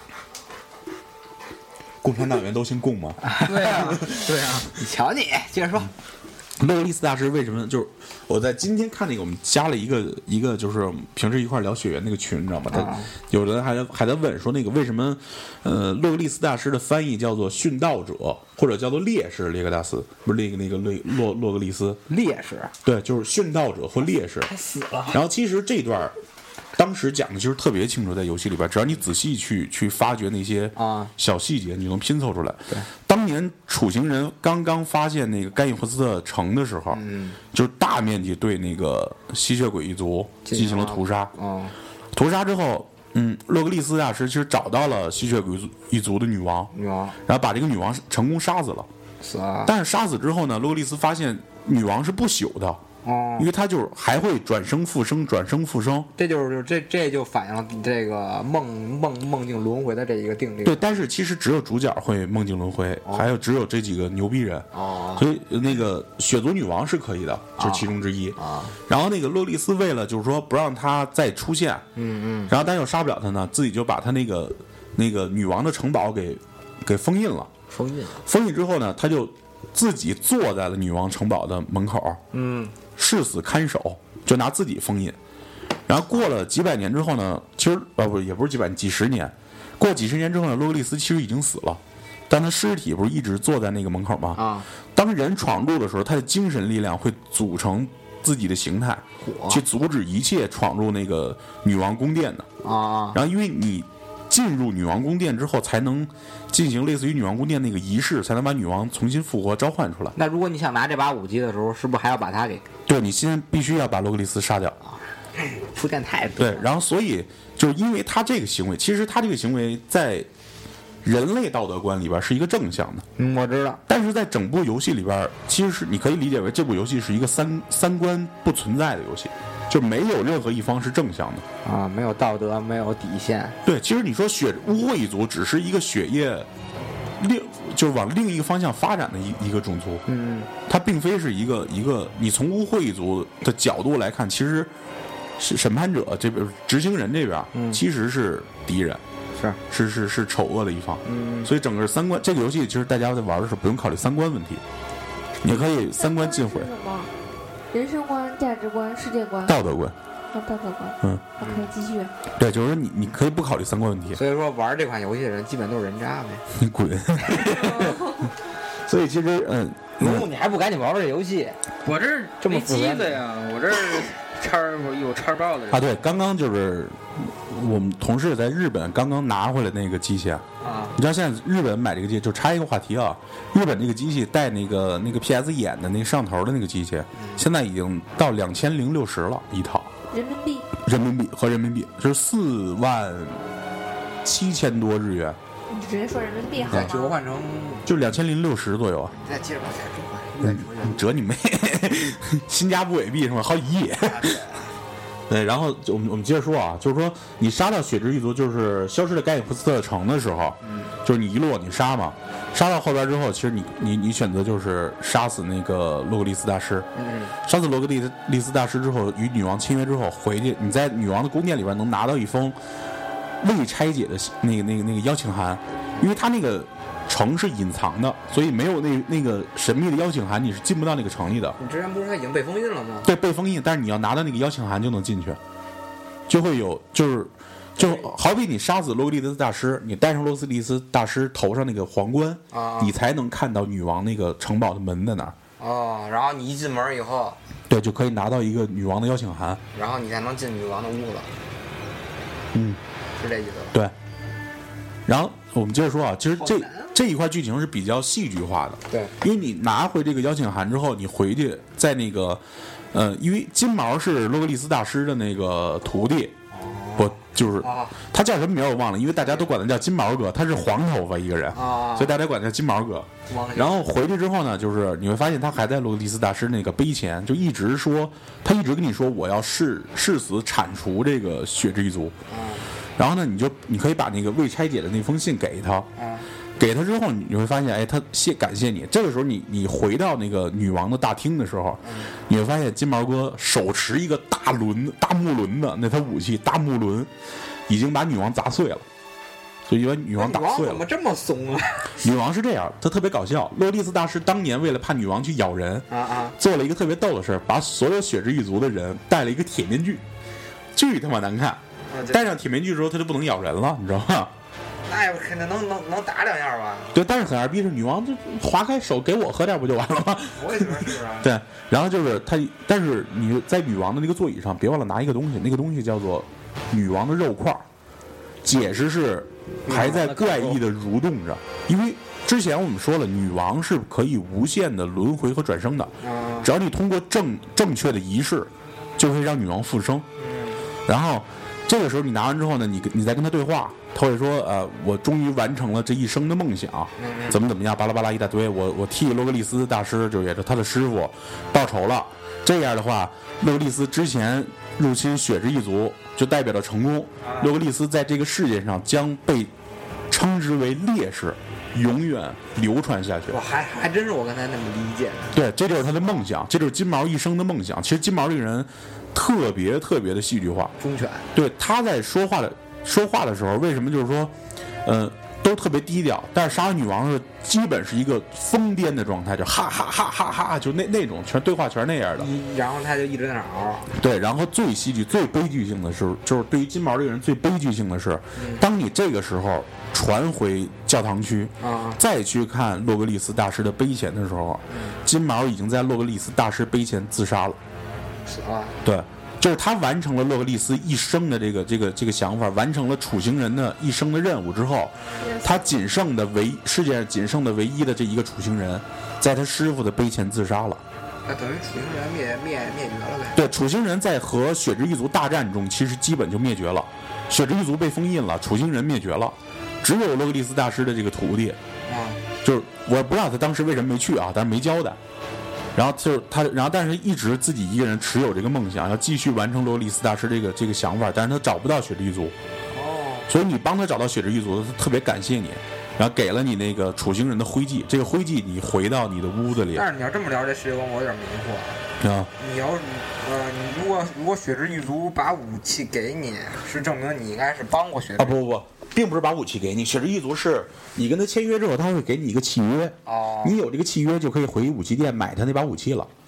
B: 共产党员都姓共吗？
C: 对啊，对啊，你瞧你，接着说。
B: 洛格利斯大师为什么？就是我在今天看那个，我们加了一个一个，就是平时一块聊血缘那个群，你知道吗？他有人还在还在问说，那个为什么，呃，洛格利斯大师的翻译叫做殉道者，或者叫做烈士列格达斯，不是那个那个洛洛洛格利斯
C: 烈士，
B: 对，就是殉道者或烈士。
C: 他死了。
B: 然后其实这段当时讲的就是特别清楚，在游戏里边，只要你仔细去去发掘那些
C: 啊
B: 小细节，你就能拼凑出来。
C: 对，
B: 当年楚行人刚刚发现那个该隐赫斯特城的时候，
C: 嗯，
B: 就是大面积对那个吸血鬼一族进行了屠杀。
C: 哦，
B: 屠杀之后，嗯，洛格利斯大师其实找到了吸血鬼一族的女王，
C: 女王
B: 然后把这个女王成功杀死了。
C: 死了。
B: 但是杀死之后呢，洛格利斯发现女王是不朽的。
C: 哦
B: 因，为他就是还会转生复生，转生复生。
C: 这就是这这就反映了这个梦梦梦境轮回的这一个定律。
B: 对，但是其实只有主角会梦境轮回，
C: 哦
B: 还有只有这几个牛逼人。
C: 哦
B: 所以那个血族女王是可以的，是其中之一。
C: 啊，
B: 然后那个洛丽丝为了就是说不让她再出现，
C: 嗯嗯，
B: 然后但又杀不了她呢，自己就把她那个那个女王的城堡给给封印了。
C: 封印。
B: 封印之后呢，他就自己坐在了女王城堡的门口，
C: 嗯，
B: 誓死看守，就拿自己封印。然后过了几百年之后呢，其实呃不也不是几百几十年，过几十年之后呢，洛格利斯其实已经死了，但他尸体不是一直坐在那个门口吗？
C: 啊，
B: 当人闯入的时候，他的精神力量会组成自己的形态，去阻止一切闯入那个女王宫殿的。
C: 啊，
B: 然后因为你进入女王宫殿之后，才能进行类似于女王宫殿那个仪式，才能把女王重新复活召唤出来。
C: 那如果你想拿这把武器的时候，是不是还要把它给
B: 对，你先必须要把洛格利斯杀掉。
C: 铺垫太多？
B: 对，然后所以就是因为他这个行为，其实他这个行为在人类道德观里边是一个正向的，
C: 嗯，我知道。
B: 但是在整部游戏里边，其实是你可以理解为这部游戏是一个三三观不存在的游戏，就没有任何一方是正向的
C: 啊，没有道德，没有底线。
B: 对，其实你说血污秽一族只是一个血液另就是往另一个方向发展的一一个种族，
C: 嗯，
B: 它并非是一个一个你从污秽一族的角度来看，其实是审判者这边执行人这边，
C: 嗯，
B: 其实是敌人，
C: 是
B: 是是是丑恶的一方，
C: 嗯，
B: 所以整个三观这个游戏其实大家在玩的时候不用考虑三观问题，你可以三观尽毁。
D: 什么？人生观、价值观、世界观、
B: 道德观。
D: 啊，道德观。
B: 嗯。
D: OK，继续。
B: 对，就是说你你可以不考虑三观问题。
C: 所以说玩这款游戏的人基本都是人渣呗。
B: 你滚。所以其实嗯，
C: 龙，你还不赶紧玩玩这游戏？
E: 我这
C: 这么
E: 没机子呀，我这叉有叉爆的。
B: 啊，对，刚刚就是我们同事在日本刚刚拿回来那个机器啊，你知道现在日本买这个机器，就插一个话题啊，日本这个机器带那个那个 P S 眼的那个摄像头的那个机器，现在已经到两千零六十了一套。
D: 人民币。
B: 人民币和人民币是四万七千多日元。
D: 你直接说人民币好吗？
C: 折换成
B: 就两千零六十左右啊。
C: 你再接着往下折换，你再说
B: 你折你妹！新加坡伪币是吧？好几亿。对，然后我们我们接着说啊，就是说你杀到血之一族，就是消失的盖伊普斯特城的时候，嗯，就是你一落你杀嘛，杀到后边之后，其实你你你选择就是杀死那个洛格利斯大师，嗯，杀死洛格利利斯大师之后，与女王签约之后回去，你在女王的宫殿里边能拿到一封未拆解的那个那个那个邀请函，因为他那个城是隐藏的，所以没有那那个神秘的邀请函，你是进不到那个城里的。
C: 你之前不是他已经被封印了吗？
B: 对，被封印，但是你要拿到那个邀请函就能进去，就会有就是就好比你杀死洛格利斯大师，你戴上洛格利斯大师头上那个皇冠，啊，你才能看到女王那个城堡的门在哪儿。
C: 哦，然后你一进门以后，
B: 对，就可以拿到一个女王的邀请函，
C: 然后你才能进女王的屋子。
B: 嗯，
C: 是这意思。
B: 对。然后我们接着说啊，其实这这一块剧情是比较戏剧化的，
C: 对，
B: 因为你拿回这个邀请函之后，你回去在那个，呃，因为金毛是洛格利斯大师的那个徒弟，我就是他叫什么名我忘了，因为大家都管他叫金毛哥，他是黄头发一个人，所以大家管他叫金毛哥。然后回去之后呢，就是你会发现他还在洛格利斯大师那个碑前，就一直说，他一直跟你说我要誓誓死铲除这个血之一族。然后呢，你就你可以把那个未拆解的那封信给他，给他之后，你会发现，哎，他谢感谢你。这个时候你，你你回到那个女王的大厅的时候，你会发现金毛哥手持一个大轮、大木轮的那他武器大木轮，已经把女王砸碎了，所以把女王打碎了。
C: 女王怎么这么怂啊？
B: 女王是这样，她特别搞笑。洛利斯大师当年为了怕女王去咬人，啊啊，做了一个特别逗的事，把所有血之一族的人戴了一个铁面具，巨他妈难看。戴上铁面具之后，他就不能咬人了，你知道吗？
C: 那也肯定能能能打两下吧？
B: 对，但是很二逼是女王就划开手给我喝点不就完了吗？
C: 我也觉得是啊。
B: 对，然后就是他，但是你在女王的那个座椅上，别忘了拿一个东西，那个东西叫做女王的肉块，解释是还在怪异的蠕动着，因为之前我们说了，女王是可以无限的轮回和转生的，只要你通过正正确的仪式，就会让女王复生。然后这个时候你拿完之后呢，你你再跟他对话，他会说呃，我终于完成了这一生的梦想，怎么怎么样，巴拉巴拉一大堆，我我替洛格利斯大师，就也是他的师傅报仇了。这样的话，洛格利斯之前入侵血之一族就代表着成功，洛格利斯在这个世界上将被称之为烈士，永远流传下去。
C: 我还还真是我刚才那么理解的。
B: 对，这就是他的梦想，这就是金毛一生的梦想。其实金毛这个人特别特别的戏剧化，
C: 忠犬。对，
B: 他在说话的说话的时候，为什么就是说，呃，都特别低调，但是杀完女王是基本是一个疯癫的状态，就哈哈哈哈哈，就那那种全对话全是那样的。
C: 然后他就一直在那嗷。
B: 对，然后最戏剧、最悲剧性的是，就是对于金毛这个人最悲剧性的是，嗯、当你这个时候传回教堂区，啊，再去看洛格利斯大师的碑前的时候，嗯、金毛已经在洛格利斯大师碑前自杀了。
C: 是啊。
B: 对。就是他完成了洛格利斯一生的这个这个这个想法，完成了处刑人的一生的任务之后，他仅剩的唯世界上仅剩的唯一的这一个处刑人，在他师傅的碑前自杀了。
C: 那等于处刑人灭灭灭绝了呗？
B: 对，处刑人在和血之一族大战中，其实基本就灭绝了。血之一族被封印了，处刑人灭绝了，只有洛格利斯大师的这个徒弟，啊，就是我不知道他当时为什么没去啊，但是没交代。然后就是他，然后但是一直自己一个人持有这个梦想，要继续完成洛格利斯大师这个这个想法，但是他找不到血之一族，哦，所以你帮他找到血之一族，他特别感谢你，然后给了你那个处刑人的徽记，这个徽记你回到你的屋子里。
C: 但是你要这么聊这世界观，我有点迷惑
B: 啊。
C: 你要呃，你如果如果血之一族把武器给你，是证明你应该是帮过血之
B: 啊不不不。并不是把武器给你，血之一族是你跟他签约之后，他会给你一个契约。哦，你有这个契约就可以回武器店买他那把武器了。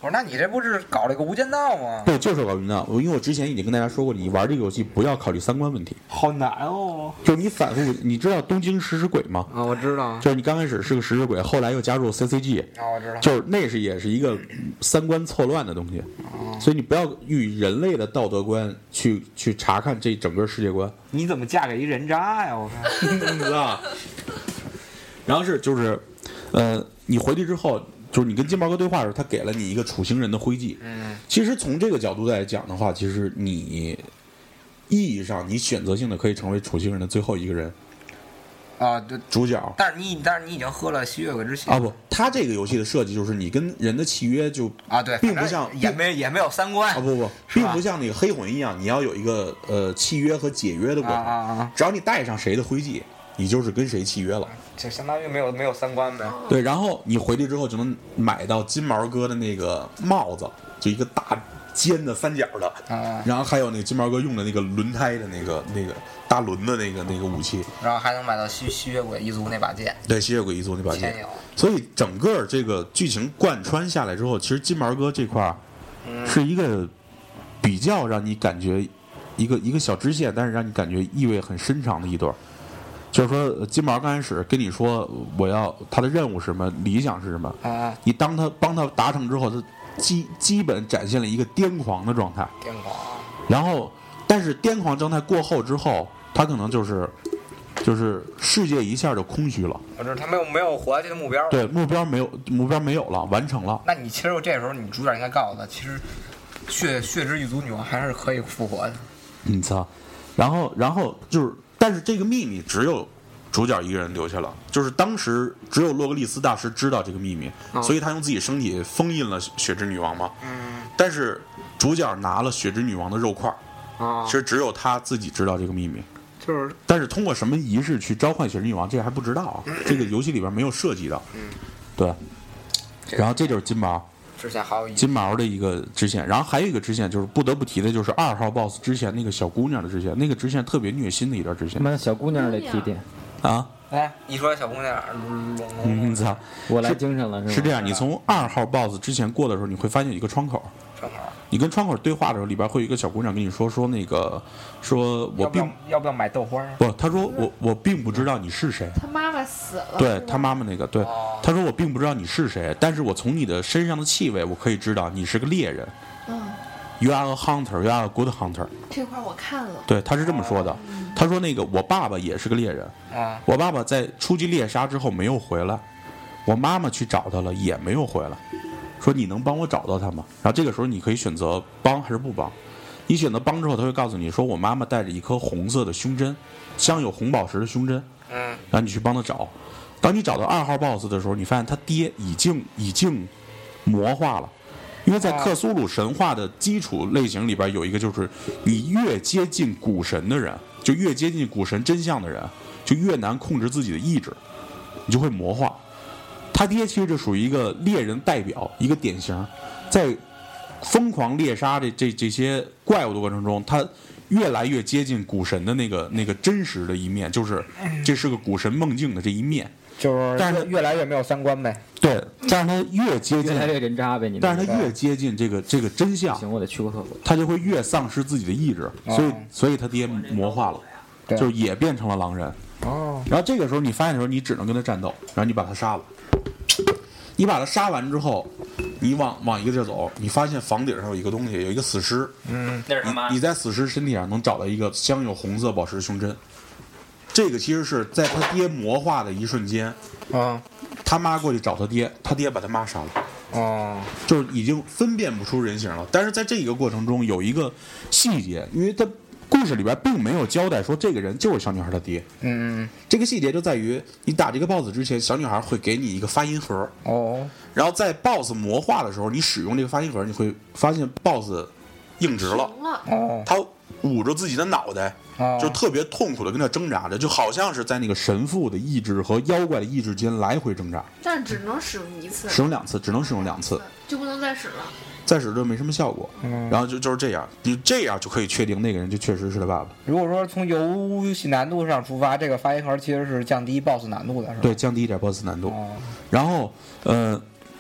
C: 我说那你这不是搞了一个无间道吗？
B: 对，就是搞无间道。因为我之前已经跟大家说过，你玩这个游戏不要考虑三观问题，
C: 好难哦。
B: 就是你反复，你知道东京食尸鬼吗？
C: 啊，我知道。
B: 就是你刚开始是个食尸鬼，后来又加入 C C G。
C: 啊，我知道。
B: 就是那是也是一个三观错乱的东西，
C: 哦、
B: 所以你不要与人类的道德观去去查看这整个世界观。
C: 你怎么嫁给一人渣呀？我看。
B: 是吧？然后是就是，呃，你回去之后。就是你跟金毛哥对话的时候，他给了你一个处刑人的徽记。
C: 嗯，
B: 其实从这个角度来讲的话，其实你意义上你选择性的可以成为处刑人的最后一个人。
C: 啊，对，
B: 主角。
C: 但是你但是你已经喝了吸血鬼之血
B: 啊不，他这个游戏的设计就是你跟人的契约就
C: 啊对，
B: 并不像
C: 也没也没有三观
B: 啊不不，并不像那个黑魂一样，你要有一个呃契约和解约的过程。
C: 啊啊啊！
B: 只要你带上谁的徽记，你就是跟谁契约了。
C: 就相当于没有没有三观呗。
B: 对，然后你回去之后就能买到金毛哥的那个帽子，就一个大尖的三角的，
C: 啊、
B: 然后还有那个金毛哥用的那个轮胎的那个那个大轮的那个那个武器，
C: 然后还能买到吸吸血鬼一族那把剑。
B: 对，吸血鬼一族那把剑。所以整个这个剧情贯穿下来之后，其实金毛哥这块是一个比较让你感觉一个一个小支线，但是让你感觉意味很深长的一段。就是说，金毛刚开始跟你说我要他的任务是什么，理想是什么，
C: 啊，
B: 你当他帮他达成之后，他基基本展现了一个癫狂的状态。
C: 癫狂。
B: 然后，但是癫狂状态过后之后，他可能就是就是世界一下就空虚了。
C: 我知道他没有没有活下去的目标。
B: 对，目标没有目标没有了，完成了。
C: 那你其实这时候你主角应该告诉他，其实血血之狱族女王还是可以复活的。
B: 你操，然后然后就是。但是这个秘密只有主角一个人留下了，就是当时只有洛格利斯大师知道这个秘密，哦、所以他用自己身体封印了血之女王嘛。
C: 嗯。
B: 但是主角拿了血之女王的肉块，
C: 哦、
B: 其实只有他自己知道这个秘密。
C: 就是。
B: 但是通过什么仪式去召唤血之女王，这个还不知道啊。嗯、这个游戏里边没有涉及到。
C: 嗯。
B: 对。然后这就是金毛。
C: 支线还有一
B: 金毛的一个支线，然后还有一个支线就是不得不提的，就是二号 boss 之前那个小姑娘的支线，那个支线特别虐心的一段支线。
E: 妈，小姑娘得提提
B: 啊！
C: 哎，你说小姑娘，
B: 嗯，操，
E: 我来精神了是吧？
B: 是这样，你从二号 boss 之前过的时候，你会发现有一个窗口。
C: 窗口。
B: 你跟窗口对话的时候，里边会有一个小姑娘跟你说说那个，说我并
C: 要不要买豆花？
B: 不，她说我我并不知道你是谁。
D: 她妈妈死了。
B: 对她妈妈那个，对，她说我并不知道你是谁，但是我从你的身上的气味，我可以知道你是个猎人。
D: 嗯。
B: You are a hunter, you are a good hunter。
D: 这块我看了。
B: 对，他是这么说的。他说那个我爸爸也是个猎人。
C: 啊。
B: 我爸爸在出去猎杀之后没有回来，我妈妈去找他了也没有回来。说你能帮我找到他吗？然后这个时候你可以选择帮还是不帮。你选择帮之后，他会告诉你说我妈妈带着一颗红色的胸针，镶有红宝石的胸针。
C: 嗯。
B: 然后你去帮他找。当你找到二号 boss 的时候，你发现他爹已经已经魔化了。因为在克苏鲁神话的基础类型里边有一个，就是你越接近古神的人，就越接近古神真相的人，就越难控制自己的意志，你就会魔化。他爹其实就属于一个猎人代表，一个典型，在疯狂猎杀这这这些怪物的过程中，他越来越接近古神的那个那个真实的一面，就是这是个古神梦境的这一面。
C: 就是，但是越来越没有三观呗。
B: 对，但是他越接近，
E: 越来越人渣呗，你。
B: 但是他越接近这个这个真相，
E: 行，我得去个厕所。
B: 他就会越丧失自己的意志，所以所以他爹魔化了，就是也变成了狼人。
C: 哦。
B: 然后这个时候你发现的时候，你只能跟他战斗，然后你把他杀了。你把他杀完之后，你往往一个地儿走，你发现房顶上有一个东西，有一个死尸。
C: 嗯，
E: 那是什么？
B: 你在死尸身体上能找到一个镶有红色宝石的胸针。这个其实是在他爹魔化的一瞬间，
C: 啊，
B: 他妈过去找他爹，他爹把他妈杀了，
C: 哦，
B: 就是已经分辨不出人形了。但是在这个过程中有一个细节，因为他故事里边并没有交代说这个人就是小女孩他爹，
C: 嗯，
B: 这个细节就在于你打这个 boss 之前，小女孩会给你一个发音盒，
C: 哦，
B: 然后在 boss 魔化的时候，你使用这个发音盒，你会发现 boss 硬直了，
C: 哦，
B: 他捂着自己的脑袋。就特别痛苦的跟他挣扎着，就好像是在那个神父的意志和妖怪的意志间来回挣扎。
D: 但是只能使用一次，
B: 使用两次，只能使用两次，
D: 就不能再使了。
B: 再使就没什么效果。
C: 嗯，
B: 然后就就是这样，你这样就可以确定那个人就确实是他爸爸。
C: 如果说从游戏难度上出发，这个发音盒其实是降低 boss 难度的，是吧？
B: 对，降低一点 boss 难度。
C: 哦，
B: 然后呃，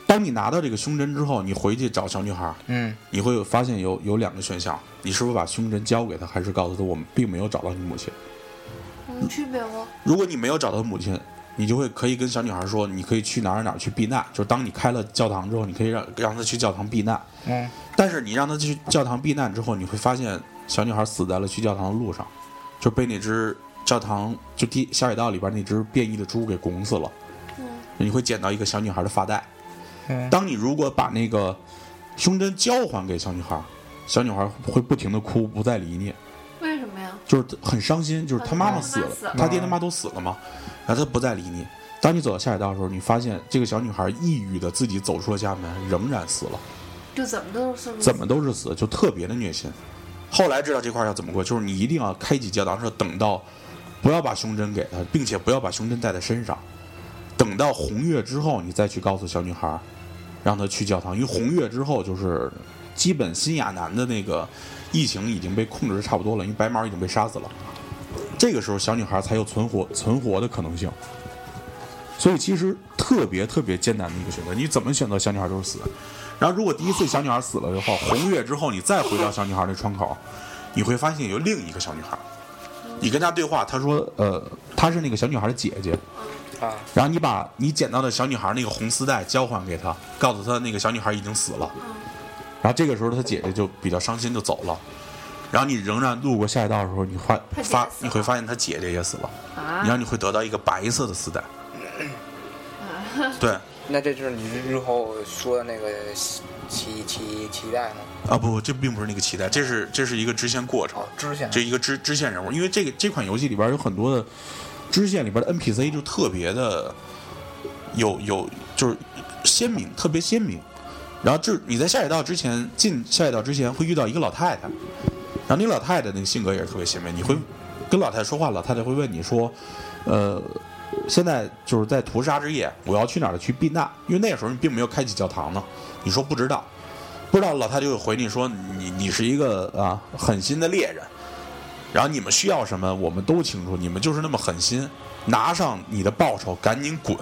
B: 当你拿到这个胸针之后，你回去找小女孩，
C: 嗯，
B: 你会发现有有两个选项，你是否把胸针交给她，还是告诉她我们并没有找到你母亲。
D: 有区别吗？
B: 如果你没有找到母亲，你就会可以跟小女孩说，你可以去哪儿哪儿去避难。就是当你开了教堂之后，你可以让让她去教堂避难。
C: 嗯，
B: 但是你让她去教堂避难之后，你会发现小女孩死在了去教堂的路上，就被那只教堂就地下水道里边那只变异的猪给拱死了。
D: 嗯，
B: 你会捡到一个小女孩的发带。
C: 嗯，
B: 当你如果把那个胸针交还给小女孩，小女孩会不停的哭，不再理你。
D: 为什么呀？
B: 就是很伤心，就是他妈妈死了，他爹他妈都死了嘛，然后他不再理你。当你走到下水道的时候，你发现这个小女孩抑郁的自己走出了家门，仍然死了，
D: 就怎么都是
B: 怎么都是死，就特别的虐心。后来知道这块要怎么过，就是你一定要开启教堂的时候，等到不要把胸针给他，并且不要把胸针带在身上，等到红月之后，你再去告诉小女孩，让她去教堂，因为红月之后就是基本新亚南的那个疫情已经被控制的差不多了，因为白毛已经被杀死了，这个时候小女孩才有存活存活的可能性。所以其实特别特别艰难的一个选择，你怎么选择小女孩都是死。然后如果第一次小女孩死了之后，红月之后你再回到小女孩的窗口，你会发现有另一个小女孩，你跟她对话，她说呃她是那个小女孩的姐姐
C: 啊，
B: 然后你把你捡到的小女孩那个红丝带交还给她，告诉她那个小女孩已经死了。然后这个时候她姐姐就比较伤心就走了，然后你仍然路过下水道的时候，你发发你会发现她姐姐也死了，
D: 啊，
B: 然后你会得到一个白色的丝带。对，
C: 那这就是你日后说的那个脐脐脐带吗？
B: 啊不，这并不是那个脐带，这是这是一个支线过程，
C: 哦，支线，
B: 这一个支支线人物，因为这个这款游戏里边有很多的支线里边的 N P C 就特别的有有就是鲜明，特别鲜明。然后这你在下水道之前进下水道之前会遇到一个老太太，然后那个老太太那个性格也是特别鲜明，你会跟老太太说话，老太太会问你说，呃。现在就是在屠杀之夜，我要去哪儿去避难？因为那时候你并没有开启教堂呢。你说不知道，不知道，老太太就回你说你你是一个啊狠心的猎人，然后你们需要什么我们都清楚，你们就是那么狠心，拿上你的报酬赶紧滚，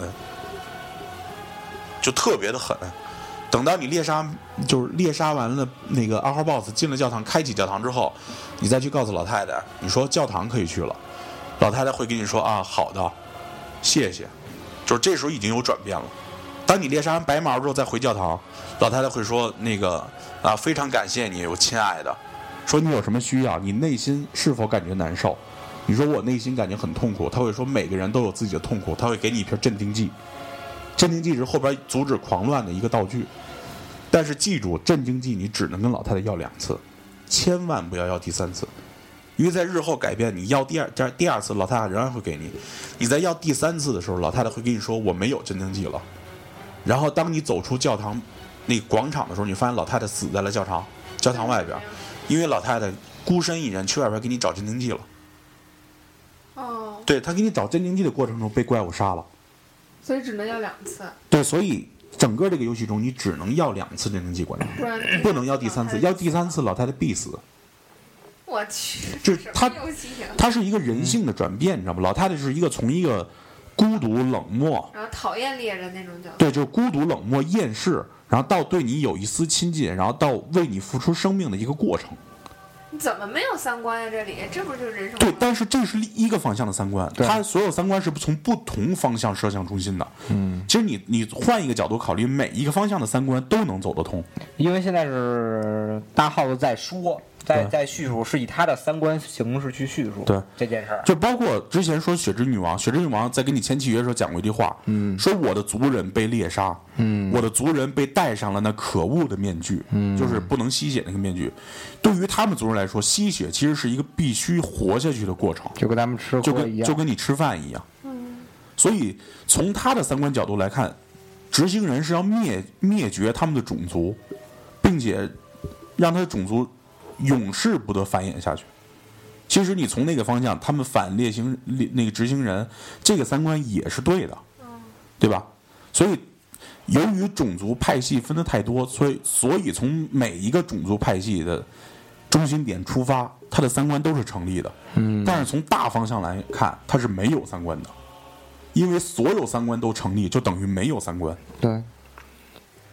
B: 就特别的狠。等到你猎杀就是猎杀完了那个二号 boss 进了教堂，开启教堂之后，你再去告诉老太太，你说教堂可以去了，老太太会跟你说啊好的。谢谢，就是这时候已经有转变了。当你猎杀完白毛之后再回教堂，老太太会说那个啊非常感谢你，我亲爱的，说你有什么需要，你内心是否感觉难受？你说我内心感觉很痛苦，他会说每个人都有自己的痛苦，他会给你一瓶镇定剂。镇定剂是后边阻止狂乱的一个道具，但是记住，镇定剂你只能跟老太太要两次，千万不要要第三次。因为在日后改变，你要第二第二次，老太太仍然会给你。你在要第三次的时候，老太太会跟你说我没有镇定剂了。然后当你走出教堂那个广场的时候，你发现老太太死在了教堂教堂外边，因为老太太孤身一人去外边给你找镇定剂了。
D: 哦，
B: 对，她给你找镇定剂的过程中被怪物杀了，
D: 所以只能要两次。
B: 对，所以整个这个游戏中你只能要两次镇定剂管理，
D: 不然
B: 不能要第三次，要第三次老太太必死。
D: 我去，
B: 就是他，他是一个人性的转变，你知道吗？老太太是一个从一个孤独冷漠，
D: 然后讨厌猎人那种角度，
B: 对，就是孤独冷漠厌世，然后到对你有一丝亲近，然后到为你付出生命的一个过程。
D: 你怎么没有三观呀？这里这不就是人生？
B: 对，但是这是一个方向的三观，它所有三观是从不同方向摄像中心的。嗯，其实你你换一个角度考虑，每一个方向的三观都能走得通。
C: 因为现在是大耗子在说。在在叙述是以他的三观形式去叙述
B: 对
C: 这件事儿，
B: 就包括之前说雪之女王，雪之女王在跟你签契约的时候讲过一句话，嗯，说我的族人被猎杀，嗯，我的族人被戴上了那可恶的面具，嗯，就是不能吸血那个面具。对于他们族人来说，吸血其实是一个必须活下去的过程，
C: 就跟咱们吃
B: 就跟就跟你吃饭一样，嗯，所以从他的三观角度来看，执行人是要灭灭绝他们的种族，并且让他的种族永世不得繁衍下去。其实你从那个方向，他们反猎行那个执行人，这个三观也是对的，对吧？所以由于种族派系分得太多，所以所以从每一个种族派系的中心点出发，他的三观都是成立的。嗯，但是从大方向来看，他是没有三观的，因为所有三观都成立，就等于没有三观。
C: 对。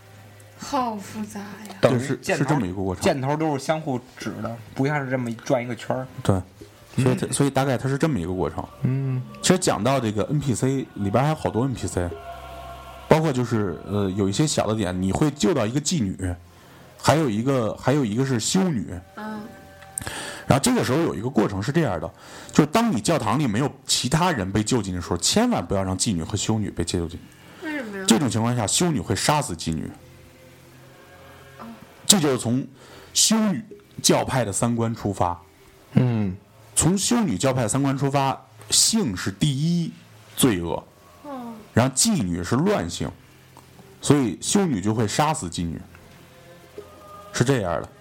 D: 好复杂呀。
B: 对，是是这么一个过程。
C: 箭头都是相互指的，不像是这么转一个圈儿。
B: 对，所以它、嗯、所以大概它是这么一个过程。
C: 嗯，
B: 其实讲到这个 N P C 里边还有好多 N P C， 包括就是呃有一些小的点，你会救到一个妓女，还有一个还有一个是修女。
D: 嗯。
B: 然后这个时候有一个过程是这样的，就是当你教堂里没有其他人被救进的时候，千万不要让妓女和修女被救进。
D: 为什么呀？
B: 这种情况下，修女会杀死妓女。
D: 哦、
B: 这就是从修女教派的三观出发。
C: 嗯，
B: 从修女教派的三观出发，性是第一罪恶，
D: 哦、
B: 然后妓女是乱性，所以修女就会杀死妓女，是这样的。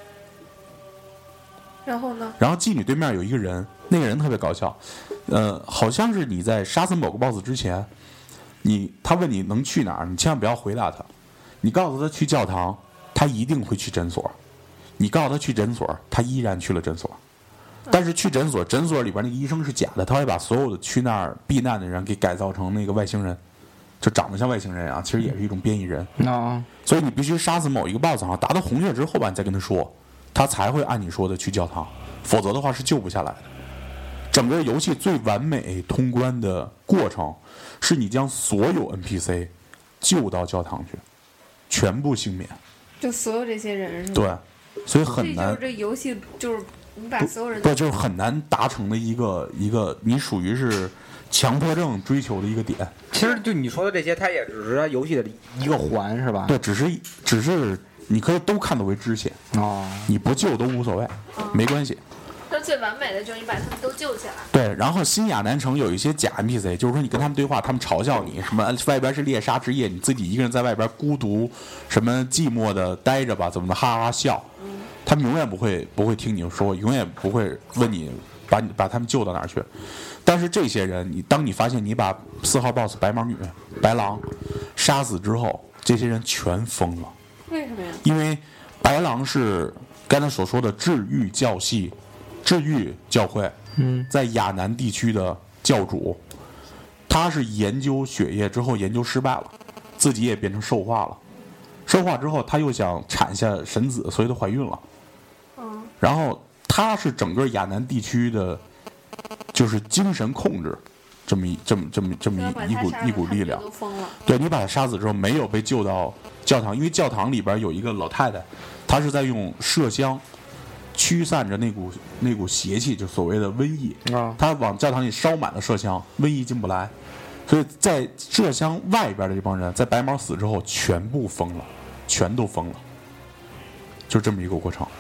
D: 然后呢？
B: 然后妓女对面有一个人，那个人特别搞笑，呃，好像是你在杀死某个 boss 之前，你他问你能去哪儿，你千万不要回答他，你告诉他去教堂，他一定会去诊所；你告诉他去诊所，他依然去了诊所。但是去诊所，诊所里边那个医生是假的，他会把所有的去那儿避难的人给改造成那个外星人，就长得像外星人啊，其实也是一种变异人。
C: 哦，
B: 所以你必须杀死某一个 boss 啊，达到红血之后吧，你再跟他说。他才会按你说的去教堂，否则的话是救不下来的。整个游戏最完美通关的过程，是你将所有 N P C 救到教堂去，全部幸免。
D: 就所有这些人是吧？
B: 对，所以很难。
D: 这就是这游戏就是你把所有人
B: 不就是很难达成的一个一个，你属于是强迫症追求的一个点。
C: 其实就你说的这些，它也只是游戏的一个环，是吧？
B: 对，只是只是。你可以都看作为支线
C: 哦，
B: 你不救都无所谓，
D: 哦、
B: 没关系。
D: 那最完美的就是你把他们都救起来。
B: 对，然后新亚南城有一些假 N P C， 就是说你跟他们对话，他们嘲笑你，什么外边是猎杀之夜，你自己一个人在外边孤独，什么寂寞的待着吧，怎么的，哈哈笑。
D: 嗯、
B: 他们永远不会不会听你说，永远不会问你把你把他们救到哪儿去。但是这些人，你当你发现你把四号 boss 白毛女、白狼杀死之后，这些人全疯了。
D: 为什么呀？
B: 因为白狼是刚才所说的治愈教系、治愈教会，
C: 嗯，
B: 在亚南地区的教主，他是研究血液之后研究失败了，自己也变成兽化了。兽化之后，他又想产下神子，所以她怀孕了。
D: 嗯，
B: 然后他是整个亚南地区的，就是精神控制。这么一这么这么这么一一股一股力量，对你把他杀死之后，没有被救到教堂，因为教堂里边有一个老太太，她是在用麝香驱散着那股那股邪气，就所谓的瘟疫
C: 啊。
B: 她往教堂里烧满了麝香，瘟疫进不来，所以在麝香外边的这帮人，在白毛死之后全部疯了，全都疯了，就这么一个过程，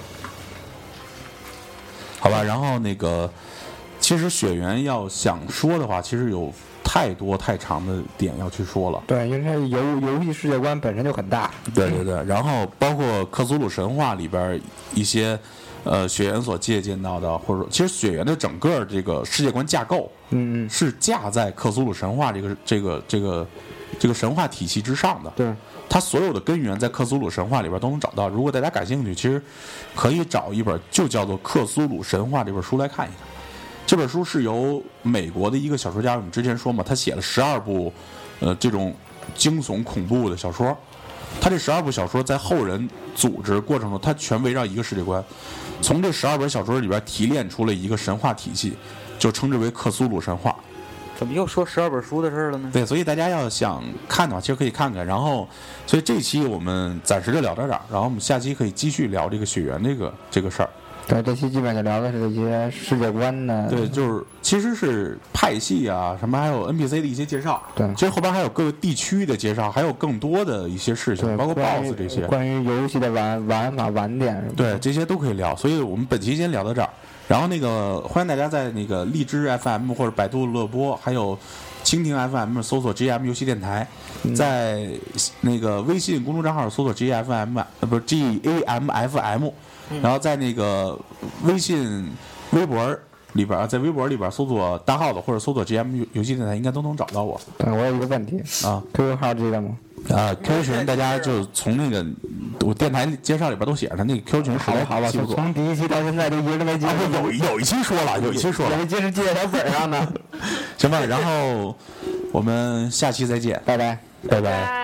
B: 好吧？然后那个。其实雪原要想说的话，其实有太多太长的点要去说了。
C: 对，因为它游游戏世界观本身就很大。
B: 对对对，然后包括克苏鲁神话里边一些，呃，雪原所借鉴到的，或者说，其实雪原的整个这个世界观架构，
C: 嗯嗯，
B: 是架在克苏鲁神话这个这个这个这个神话体系之上的。
C: 对，
B: 它所有的根源在克苏鲁神话里边都能找到。如果大家感兴趣，其实可以找一本就叫做《克苏鲁神话》这本书来看一看。这本书是由美国的一个小说家，我们之前说嘛，他写了十二部，呃，这种惊悚恐怖的小说。他这十二部小说在后人组织过程中，他全围绕一个世界观，从这十二本小说里边提炼出了一个神话体系，就称之为克苏鲁神话。
E: 怎么又说十二本书的事了呢？
B: 对，所以大家要想看的话，其实可以看看。然后，所以这期我们暂时就聊到这儿，然后我们下期可以继续聊这个雪原这个这个事儿。
C: 对，这期基本就聊的是这些世界观呢。
B: 对，就是其实是派系啊，什么还有 N P C 的一些介绍。
C: 对，
B: 其实后边还有各个地区的介绍，还有更多的一些事情，包括 B O S S 这些。
C: 关于游戏的玩玩法、玩点什么。
B: 对，这些都可以聊。所以我们本期先聊到这儿。然后那个欢迎大家在那个荔枝 F M 或者百度乐播，还有蜻蜓 F M 搜索 G M 游戏电台，
C: 嗯、
B: 在那个微信公众账号搜索 G F M 呃不是 G A M F M。然后在那个微信、微博里边，在微博里边搜索大号的或者搜索 G M 游戏电台，应该都能找到我。
C: 对，我有一个问题
B: 啊
C: ，Q Q 号记得吗？
B: 啊 ，Q Q 群大家就从那个我电台介绍里边都写着，那个 Q Q 群
C: 好吧，好吧，从第一期到现在都一直都没记。
B: 啊，有有一期说了，有一期说了，
C: 有一期是记在小本上的。
B: 行吧，然后我们下期再见，
C: 拜拜，
B: 拜拜。